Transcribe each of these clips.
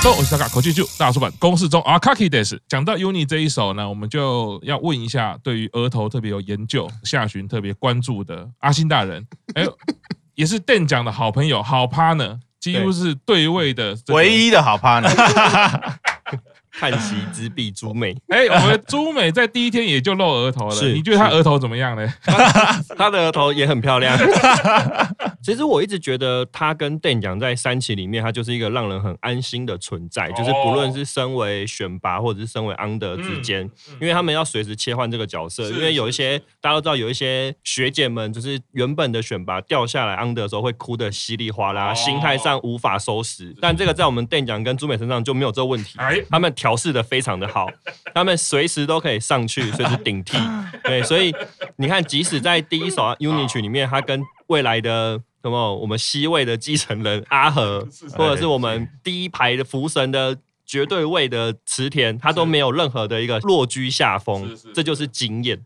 都我是大口气就大出版公式中啊 Kaki des。讲到 Uni 这一首呢，我们就要问一下，对于额头特别有研究、下旬特别关注的阿星大人，也是店长的好朋友、好 partner， 几乎是对位的、 唯一的好 partner。 看席之必朱美。 我们朱美在第一天也就露额头了，你觉得她额头怎么样呢？ 她的额头也很漂亮。其实我一直觉得她跟店长在三期里面，她就是一个让人很安心的存在，就是不论是身为选拔或者是身为 under 之间，因为他们要随时切换这个角色，因为有一些大家都知道，有一些学姐们就是原本的选拔掉下来 under 的时候会哭得稀里哗啦，心态上无法收拾。但这个在我们店长跟朱美身上就没有这个问题，他们调试的非常的好，他们随时都可以上去，随时顶替。对，所以你看，即使在第一首 Uni 曲里面，他跟未来的什么我们西位的继承人阿和，或者是我们第一排的福神的绝对位的池田，他都没有任何的一个落居下风，这就是经验。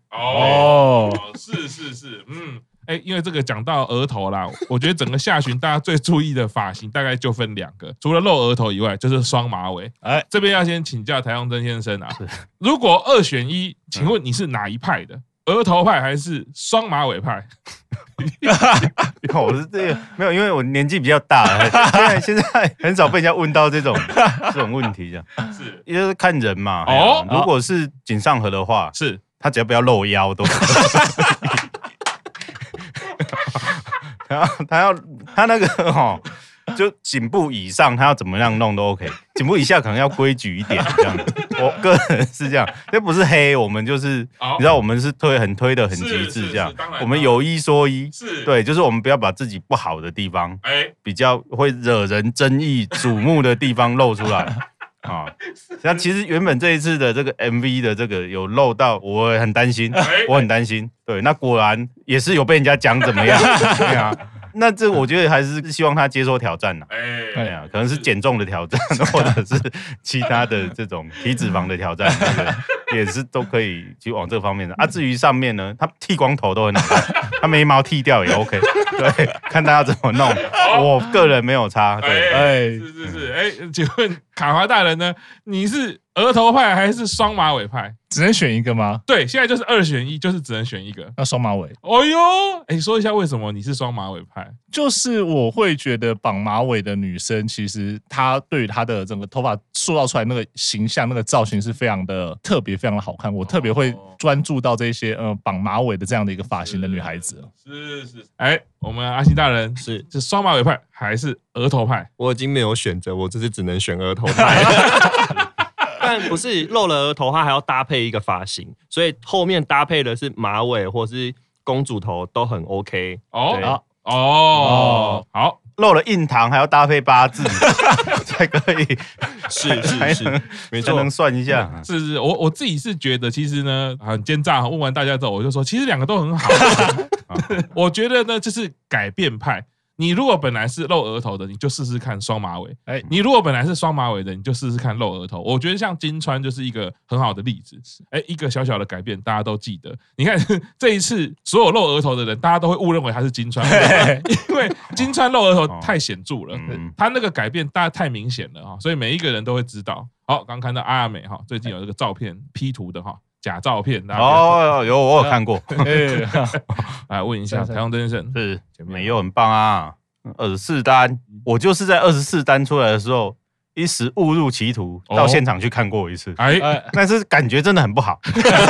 是，因为这个讲到额头啦，我觉得整个下旬大家最注意的发型大概就分2个，除了露额头以外，就是双马尾。这边要先请教台中曾先生啊，如果2选1，请问你是哪一派的？额头派还是双马尾派？ 我是这个没有，因为我年纪比较大了，现在很少被人家问到这种问题，这样是，因为看人嘛。如果是井上和的话，是他只要不要露腰都可以。他那个就颈部以上，他要怎么样弄都 OK， 颈部以下可能要规矩一点这样。我个人是这样，这不是黑，我们就是你知道，我们是推的很极致这样。我们有一说一，对，就是我们不要把自己不好的地方，比较会惹人争议、瞩目的地方露出来。像其实原本这一次的这个 MV 的这个有露到，我很担心，对，那果然也是有被人家讲怎么样，对啊。那这我觉得还是希望他接受挑战啦，可能是减重的挑战，或者是其他的这种体脂肪的挑战，也是都可以去往这方面的。至于上面呢，他剃光头都很好看，他眉毛剃掉也 OK， 对，看他要怎么弄，我个人没有差，对， 是，请问卡华大人呢？你是额头派还是双马尾派？ 只能选一个吗？ 对，现在就是2选1，就是只能选一个。 那双马尾。 说一下为什么你是双马尾派？ 就是我会觉得绑马尾的女生，其实她对于她的整个头发塑造出来那个形象、那个造型是非常的特别、非常的好看。我特别会专注到这些绑马尾的这样的一个发型的女孩子。 是。我们阿星大人是双马尾派还是额头派？ 我已经没有选择，我这次只能选额头派。但不是露了额头，它还要搭配一个发型，所以后面搭配的是马尾或是公主头都很 OK。 好， 露了印堂还要搭配8字才可以， 是，没错， 才能算一下。 是，我自己是觉得，其实呢，很奸诈。问完大家之后，我就说，其实2个都很好。我觉得呢，就是改变派。你如果本来是露额头的，你就试试看双马尾。你如果本来是双马尾的，你就试试看露额头。我觉得像金川就是一个很好的例子。一个小小的改变，大家都记得。你看这一次所有露额头的人，大家都会误认为他是金川，因为金川露额头太显著了，他那个改变大家太明显了，所以每一个人都会知道。好，刚看到阿亚美最近有这个照片 P 图的假照片， 有我有看过。 来问一下台中先生， 是美又很棒啊，24单，我就是在24单出来的时候，一时误入歧途，到现场去看过一次，但是感觉真的很不好。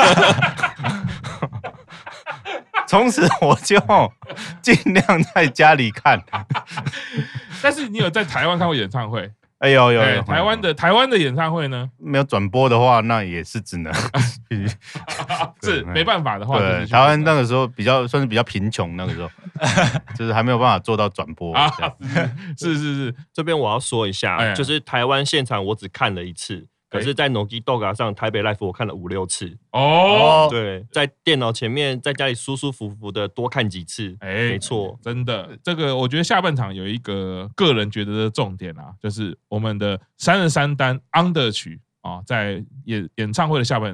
从此我就尽量在家里看。 但是你有在台湾看过演唱会？ 有台湾的演唱会呢， 没有转播的话，那也是只能是没办法的话， 对，台湾那个时候算是比较贫穷，那个时候就是还没有办法做到转播。 是， 这边我要说一下，就是台湾现场我只看了1次。可是，在 Nogi Doga 上，台北 Live 我看了5-6次。对，在电脑前面，在家里舒舒服服的多看几次。没错， 真的，这个我觉得下半场有一个个人觉得的重点啊，就是我们的33单 Under 曲在演唱会的下半场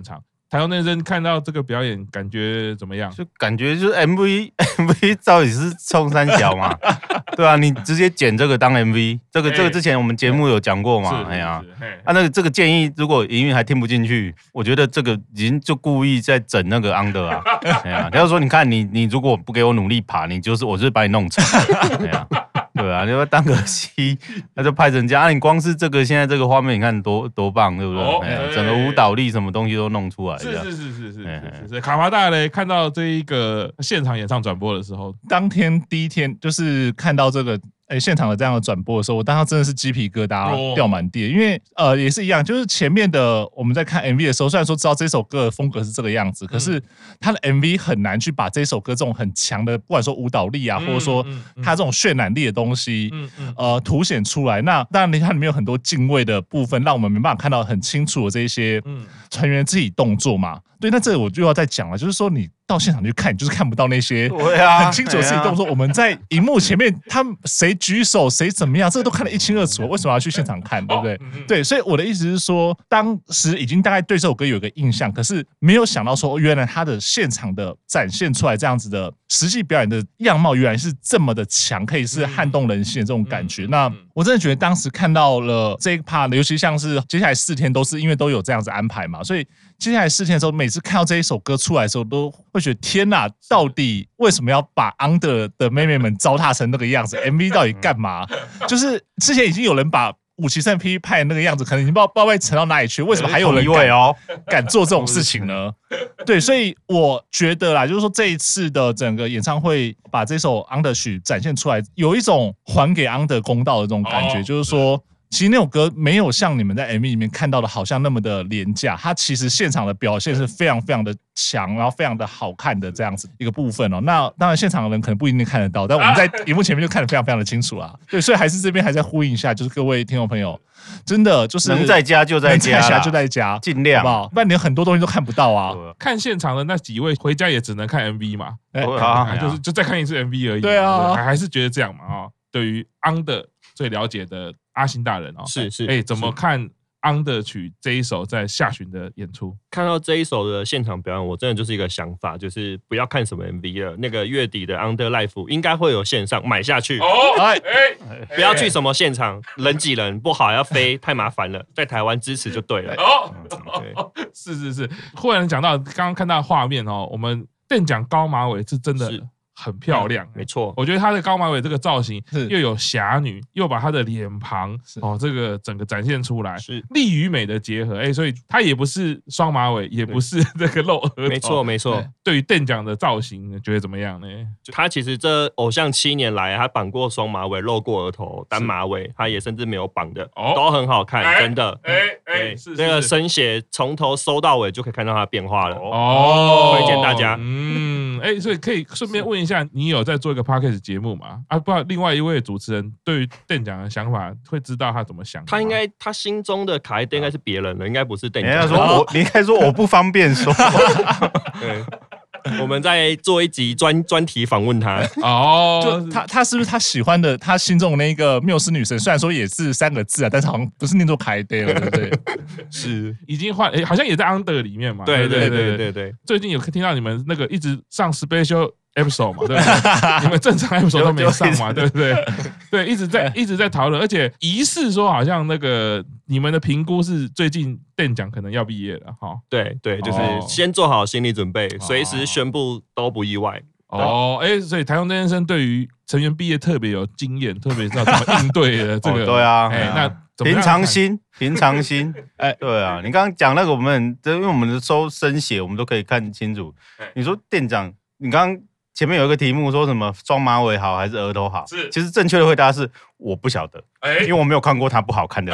台中先生看到这个表演，感觉怎么样？ 就感觉就是 MV 到底是冲三小嘛？对啊，你直接剪这个当 MV， 这个之前我们节目有讲过嘛？哎呀，这个建议如果营运还听不进去，我觉得这个已经就故意在整那个 under 啊。哎呀，他就说你看你如果不给我努力爬，我就是把你弄惨。哎呀。对啊，你说当个戏，那就拍成这样。你光是这个现在这个画面，你看多棒，对不对？整个舞蹈力什么东西都弄出来。 是。卡巴大嘞，看到这一个现场演唱转播的时候， 当天第一天就是看到这个。现场的这样的转播的时候，我当时真的是鸡皮疙瘩掉满地，因为也是一样，就是前面的我们在看 MV 的时候，虽然说知道这首歌的风格是这个样子，可是他的 MV 很难去把这首歌这种很强的，不管说舞蹈力啊，或者说他这种渲染力的东西，凸显出来。那当然，它里面有很多敬畏的部分，让我们没办法看到很清楚的这些成员自己动作嘛。对，那这个我就要再讲了，就是说你到现场去看，你就是看不到那些很清楚的自己动作。我们在荧幕前面，他们谁举手谁怎么样，这个都看得一清二楚。为什么要去现场看，对不对？对，所以我的意思是说，当时已经大概对这首歌有个印象，可是没有想到说，原来他的现场的展现出来这样子的实际表演的样貌，原来是这么的强，可以是撼动人心的这种感觉。那我真的觉得当时看到了这一 part， 尤其像是接下来4天都是因为都有这样子安排嘛，所以接下来4天的时候，每次看到这一首歌出来的时候，都会觉得天哪，到底为什么要把 Under 的妹妹们糟蹋成那个样子 ？MV 到底干嘛？就是之前已经有人把武崎胜 P 拍的那个样子，可能已经不知道被沉到哪里去，为什么还有人敢做这种事情呢？对，所以我觉得啦，就是说这一次的整个演唱会把这首 Under 曲展现出来，有一种还给 Under 公道的这种感觉，就是说。其实那首歌没有像你们在 MV 里面看到的，好像那么的廉价。它其实现场的表现是非常非常的强，然后非常的好看的这样子一个部分哦。那当然现场的人可能不一定看得到，但我们在荧幕前面就看得非常非常的清楚啦。对，所以还是这边还在呼应一下，就是各位听众朋友，真的就是能在家就在家， 能在家就在家， 尽量好不好？不然你很多东西都看不到啊。 看现场的那几位回家也只能看 MV 嘛，就再看一次 MV 而已。 对啊， 还是觉得这样嘛啊。对于 Under 最了解的阿星大人哦， 是怎么看 Under 曲这一首在下旬的演出？ 看到这一首的现场表演，我真的就是一个想法，就是不要看什么 MV 了，那个月底的 Under Live 应该会有线上，买下去。不要去什么现场，人挤人不好，要飞太麻烦了，在台湾支持就对了。 是，忽然讲到刚刚看到画面哦，我们店长高马尾是真的。很漂亮， 没错。 我觉得她的高马尾这个造型又有侠女，又把她的脸庞这个整个展现出来，是力与美的结合。所以她也不是双马尾，也不是这个露额头。 没错。 对于店长的造型，觉得怎么样呢？ 她其实这偶像7年来，她绑过双马尾，露过额头，单马尾，她也甚至没有绑的，都很好看，真的。那个生写从头收到尾就可以看到她的变化了。推荐大家。 所以可以顺便问一下，你有在做一个 podcast 节目吗？不知道另外一位主持人对于店长的想法，会知道他怎么想。 他心中的卡一店应该是别人了，应该不是店长。 你应该说我不方便说。 对。我们在做一集专题访问他就他是不是他喜欢的他心中的那个缪斯女神？虽然说也是3个字啊，但是好像不是念作凯德了，对不对？ 是已经换，好像也在 Under 里面嘛。 对。 最近有听到你们那个一直上 special episode 嘛，对不对？你们正常 episode 都没上嘛，对不对？对，一直在讨论，而且疑似说好像那个你们的评估是最近店长可能要毕业了哈。 对，就是先做好心理准备，随时宣布都不意外。 所以台中先生对于成员毕业特别有经验，特别知道怎么应对的这个。 对啊， 那平常心。对啊，你刚刚讲那个，因为我们的收生写，我们都可以看清楚。你说店长，你刚刚前面有一个题目说什么双马尾好还是额头好？其实正确的回答是我不晓得，因为我没有看过他不好看的。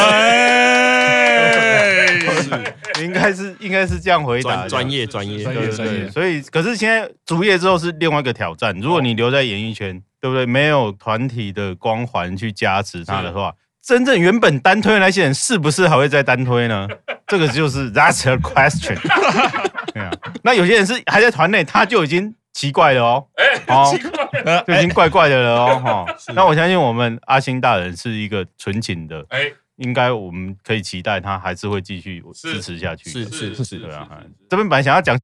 应该是这样回答。 专业。 所以，可是现在主业之后是另外一个挑战。如果你留在演艺圈，对不对？没有团体的光环去加持他的话，真正原本单推的那些人，是不是还会再单推呢？这个就是 that's a question 。那有些人是还在团内，他就已经奇怪了哦，就已经怪怪的了哦。那我相信我们阿星大人是一个纯情的。 应该我们可以期待他还是会继续支持下去。 是， 对啊。这边本来想要讲，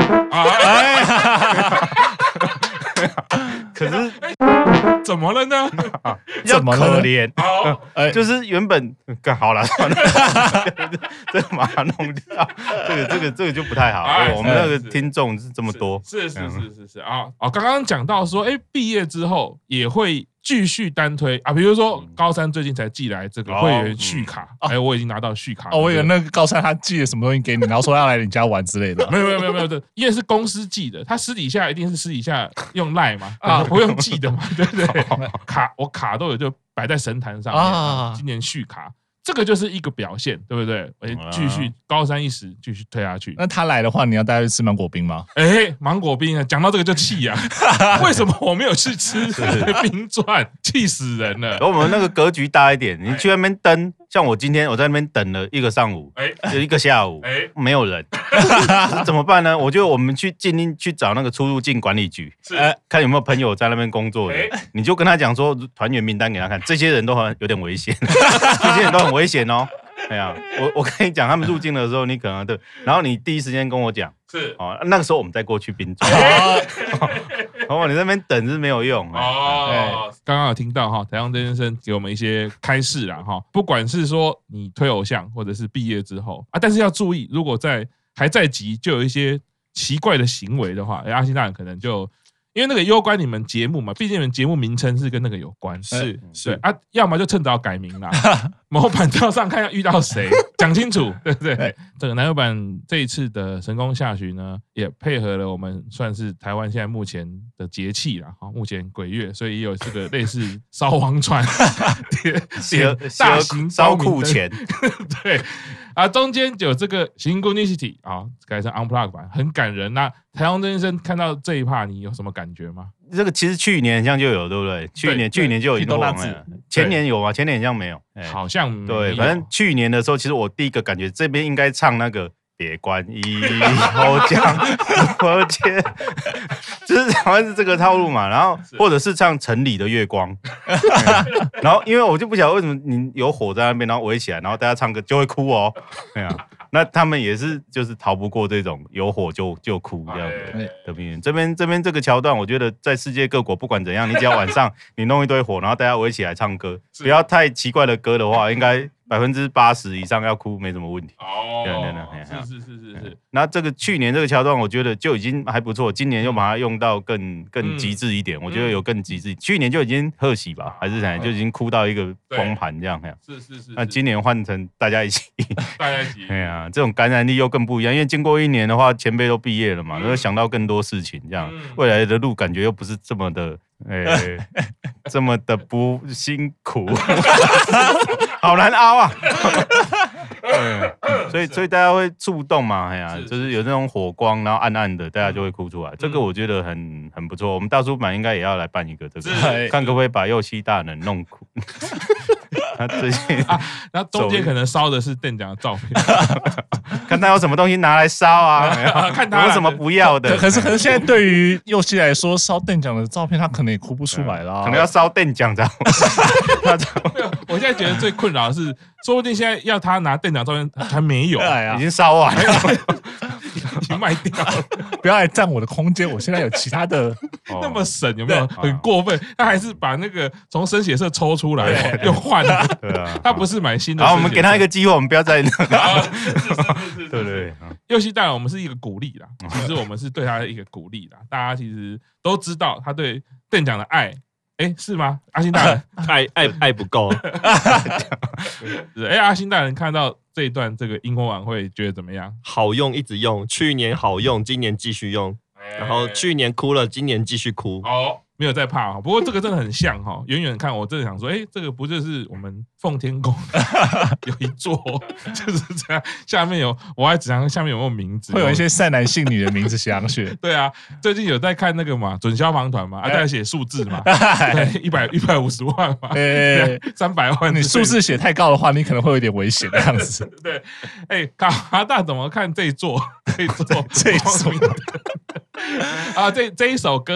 可是怎么了呢？ 比较可怜， 就是原本干好了，算了，这个把它弄掉，这个就不太好。我们那个听众是这么多， 是啊，刚刚讲到说，毕业之后也会继续单推啊，比如说高三最近才寄来这个会员续卡，我已经拿到续卡。 我以为那个高三他寄了什么东西给你，然后说要来你家玩之类的。 没有，因为是公司寄的，他私底下一定是私底下用 LINE 嘛，不用寄的嘛，对不对？我卡都有就摆在神坛上面，今年续卡。这个就是一个表现，对不对？继续高三一时继续推下去。 那他来的话，你要带他去吃芒果冰吗？ 芒果冰啊，讲到这个就气啊！为什么我没有去吃冰钻？气死人了！ 我们那个格局大一点，你去那边登，像我今天我在那边等了1个上午，就1个下午，没有人，怎么办呢？我觉得我们尽力去找那个出入境管理局，看有没有朋友在那边工作的，你就跟他讲说团员名单给他看，这些人都有点危险，这些人都很危险哦。哎呀，我跟你讲，他们入境的时候，你可能对，然后你第一时间跟我讲，那个时候我们再过去冰钻。你在那边等是没有用。 刚刚有听到台阳先生给我们一些开示啦不管是说你推偶像，或者是毕业之后但是要注意，如果还在籍，就有一些奇怪的行为的话，阿星大人可能就。因为那个攸关你们节目嘛，毕竟你们节目名称是跟那个有关， 是要么就趁早改名啦，某版照上看要遇到谁，讲清楚，对不对？这个南油版这一次的神功下旬呢，也配合了我们算是台湾现在目前的节气啦，目前鬼月，所以也有这个类似烧王船、大型烧库钱， 对。中间有这个行宫 Unicity 改成 Unplug 版，很感人。那台阳先生看到这一 part， 你有什么感觉吗？ 这个其实去年像就有，对不对？去年就有萤火王了，前年有吗？前年好像没有， 好像没有。 对，反正去年的时候，其实我第一个感觉这边应该唱那个。别关以后讲我接，就是好像是这个套路嘛，然后或者是唱城里的月光，然后因为我就不晓得为什么你有火在那边，然后围起来，然后大家唱歌就会哭哦，那他们也是就是逃不过这种有火就哭这样的病人。这边这个桥段，我觉得在世界各国不管怎样，你只要晚上你弄一堆火，然后大家围起来唱歌，不要太奇怪的歌的话，应该80%以上要哭没什么问题。是。那这个去年这个桥段，我觉得就已经还不错，今年又把它用到更极致一点，我觉得有更极致。去年就已经贺喜吧，还是啥，就已经哭到一个崩盘这样。 是。 那今年换成大家一起，这种感染力又更不一样，因为经过1年的话，前辈都毕业了嘛，都想到更多事情，这样未来的路感觉又不是这么的。这么的不辛苦，好难熬啊！所以大家会触动嘛，就是有那种火光，然后暗暗的，大家就会哭出来。这个我觉得很不错。我们大叔版应该也要来办一个这个，看可不可以把右膝大人弄哭。他最近然后中间可能烧的是店长的照片， 看他有什么东西拿来烧啊，看他有什么不要的。 可是现在对于佑希来说，烧店长的照片他可能也哭不出来了， 可能要烧店长的。 我现在觉得最困扰的是，说不定现在要他拿店长照片还没有， 已经烧完了。 已经卖掉了， 不要来占我的空间。我现在有其他的， 那么省有没有？很过分。他还是把那个从深血色抽出来，又换了。对啊，他不是买新的。 好，我们给他一个机会，我们不要再那个。对对。 佑希当然我们是一个鼓励啦，其实我们是对他的一个鼓励啦。大家其实都知道他对店长的爱。是吗？阿星大人爱不够。 阿星大人看到这一段这个萤火晚会，觉得怎么样？ 好用，一直用。去年好用，今年继续用。然后去年哭了，今年继续哭。 没有在怕不过这个真的很像远远看我真的想说，这个不就是我们奉天宫有一座就是这样，下面有，我还只想下面有没有名字， 会有一些善男信女的名字想选。 对啊，最近有在看那个嘛，准消防团嘛，大家写数字嘛，对，150万嘛，300万， 你数字写太高的话，你可能会有点危险的样子。 对，卡拿大怎么看这一座啊，这一首歌啦，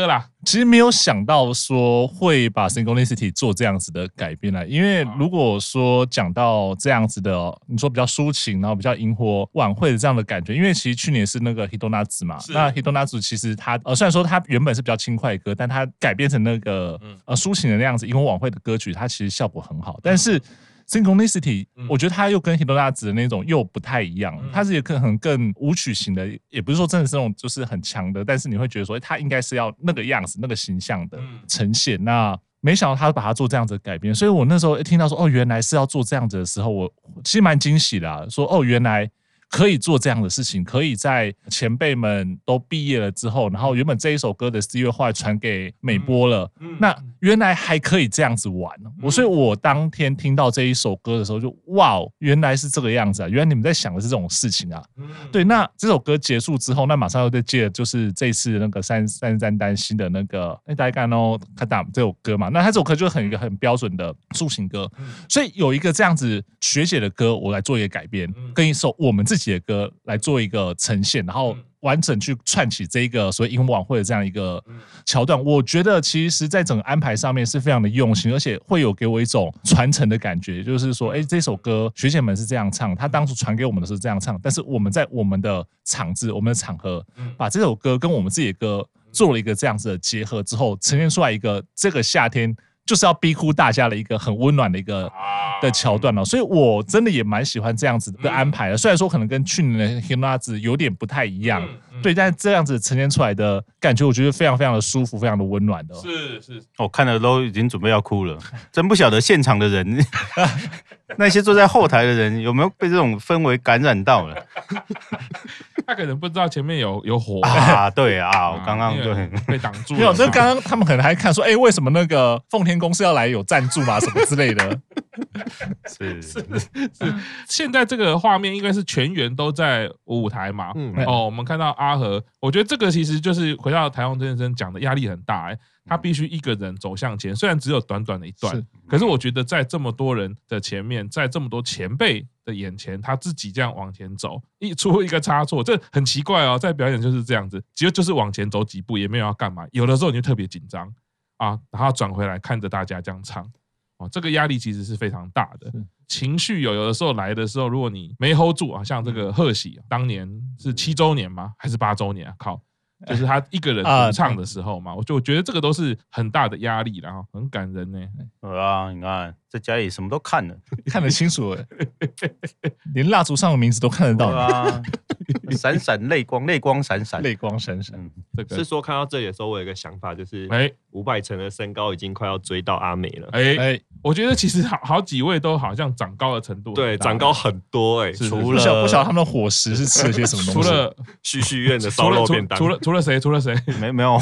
其实没有想到说会把 Synchronicity 做这样子的改编啦，因为如果说讲到这样子的，你说比较抒情，然后比较萤火晚会的这样的感觉，因为其实去年是那个 Hitonazu 嘛，那 Hitonazu 其实它虽然说它原本是比较轻快的歌，但它改编成那个抒情的那样子萤火晚会的歌曲，它其实效果很好，但是。Synchronicity，我觉得它又跟 Hitonazu 的那种又不太一样，它是也可能更舞曲型的，也不是说真的是那种就是很强的，但是你会觉得说，它应该是要那个样子、那个形象的呈现。那没想到他把它做这样子的改编，所以我那时候一听到说，哦，原来是要做这样子的时候，我其实蛮惊喜的啊，说哦，原来。可以做这样的事情，可以在前辈们都毕业了之后，然后原本这一首歌的4月后来传给美波了，那原来还可以这样子玩。所以我当天听到这一首歌的时候就，哇，原来是这个样子啊！原来你们在想的是这种事情啊。对，那这首歌结束之后，那马上又在接就是这次那个33单新的那个大家看哦，看到这首歌嘛，那他这首歌就是一个很标准的抒情歌，所以有一个这样子学姐的歌，我来做一个改编，跟一首我们自己的歌来做一个呈现，然后完整去串起这个所谓萤火晚会的这样一个桥段。我觉得其实在整个安排上面是非常的用心，而且会有给我一种传承的感觉，就是说，这首歌学姐们是这样唱，他当初传给我们的是这样唱，但是我们在我们的场子、我们的场合，把这首歌跟我们自己的歌做了一个这样子的结合之后，呈现出来一个这个夏天就是要逼哭大家的一个很温暖的一个的桥段了，所以我真的也蛮喜欢这样子的安排的。虽然说可能跟去年的 Hitonazu 有点不太一样，对，但这样子呈现出来的感觉，我觉得非常非常的舒服，非常的温暖的。 是， 我看了都已经准备要哭了，真不晓得现场的人，那些坐在后台的人有没有被这种氛围感染到了？ 他可能不知道前面有火啊，对啊，我刚刚就很被挡住了。 没有，这刚刚他们可能还看说，为什么那个奉天公司要来有赞助嘛，什么之类的。 是， 现在这个画面应该是全员都在舞台嘛。我们看到阿和，我觉得这个其实就是回到台湾先生讲的压力很大，他必须一个人走向前，虽然只有短短的一段，可是我觉得在这么多人的前面，在这么多前辈的眼前，他自己这样往前走，出一个差错，这很奇怪哦。在表演就是这样子，其实就是往前走几步，也没有要干嘛。有的时候你就特别紧张啊，然后转回来看着大家这样唱，这个压力其实是非常大的。情绪有的时候来的时候，如果你没 hold 住啊，像这个贺喜当年是7周年吗？还是8周年啊？靠！就是他一个人独唱的时候嘛，我觉得这个都是很大的压力，然后很感人呢。 啊，你看在家里什么都看了， 看得清楚，连蜡烛上的名字都看得到啊，闪闪泪光，泪光闪闪， 泪光闪闪。 这个是说看到这里的时候，我有一个想法，就是500层的身高已经快要追到阿美了。 我觉得其实好几位都好像长高的程度， 对，长高很多除了不晓得他们的伙食是吃了些什么东西， 除了旭旭苑的烧肉便当， 除了谁？ 没有，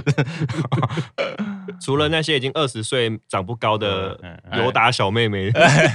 除了那些已经20岁长不高的尤达小妹妹。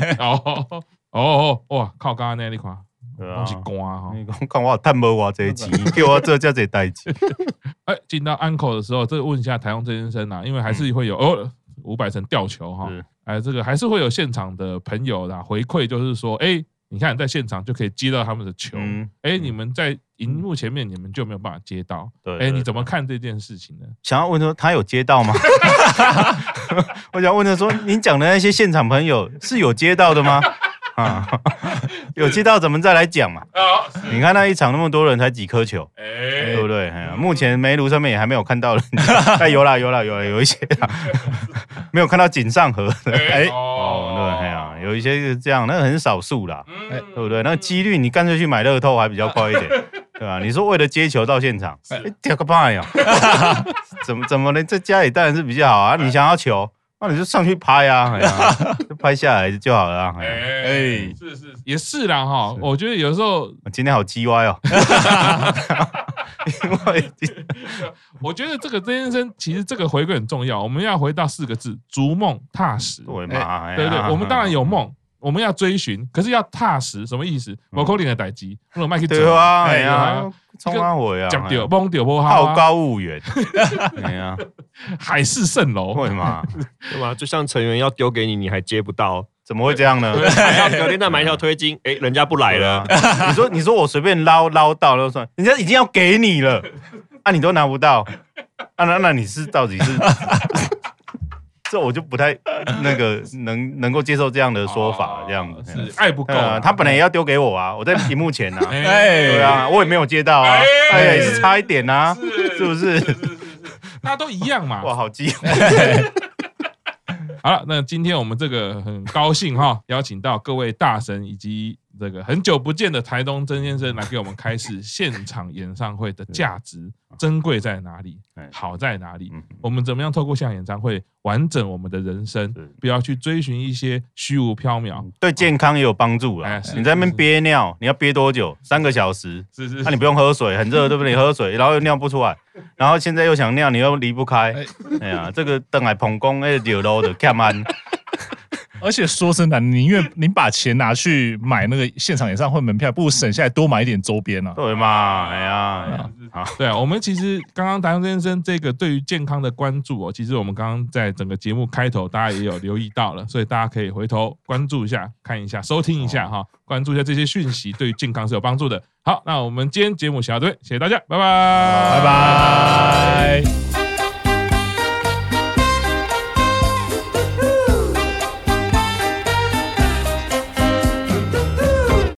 哇，靠！刚刚那看，东西干哈？ 你看我赚无偌济钱，叫我做这些代志。 进到安口的时候，这问一下台中这先生啊，因为还是会有500层吊球哈，这个还是会有现场的朋友啦回馈，就是说，你看在现场就可以接到他们的球，你们在荧幕前面你们就没有办法接到，你怎么看这件事情呢？ 想要问说他有接到吗？我想问他说，您讲的那些现场朋友是有接到的吗？有接到怎么再来讲嘛？你看那一场那么多人才几颗球，对不对？目前梅炉上面也还没有看到人，但有一些啦，没有看到井上河的，对，有一些是这样，那个很少数啦，对不对？那个几率你干脆去买乐透还比较快一点，对吧？你说为了接球到现场，屌个爸呀！怎么呢？在家里当然是比较好啊，你想要球。那你就上去拍啊，就拍下来就好了。 是也是啦哈。我觉得有时候今天好鸡歪哦，因为我觉得这先生其实这个回归很重要。我们要回到4个字：逐梦踏实。 对嘛？ 对，我们当然有梦，我们要追寻，可是要踏实，什么意思？无可能的代志，不能卖去做。 对啊，冲啊我呀， 讲掉梦掉不好， 好高骛远。 海市蜃楼， 会吗？ 对吗？就像成员要丢给你，你还接不到， 怎么会这样呢？ 还要隔天再买一条推金，人家不来了。 你说我随便捞到就算，人家已经要给你了， 啊，你都拿不到，啊，那你是到底是？这我就不太那个能够接受这样的说法，这样子是爱不够他本来也要丢给我啊，我在屏幕前啊， 哎对啊，我也没有接到啊，哎，也是差一点啊，是不是？ 大家都一样嘛。 哇，好激动！ 好了，那今天我们这个很高兴哈，邀请到各位大神以及这个很久不见的台东曾先生来给我们开示现场演唱会的价值珍贵在哪里，好在哪里？我们怎么样透过现场演唱会完整我们的人生，不要去追寻一些虚无缥缈， 对健康也有帮助啦。你在那边憋尿，你要憋多久？3个小时。 是， 那你不用喝水，很热，对不对？你喝水，然后又尿不出来，然后现在又想尿，你又离不开。哎呀，这个等来捧公那惹路的欠安。 而且说真的，宁愿你把钱拿去买那个现场演唱会门票，不如省下来多买一点周边啊。 对嘛？哎呀， 对啊，我们其实刚刚台东先生这个对于健康的关注哦，其实我们刚刚在整个节目开头大家也有留意到了，所以大家可以回头关注一下、看一下、收听一下哈，关注一下这些讯息，对于健康是有帮助的。好，那我们今天节目先到这边，谢谢大家，拜拜， 拜拜。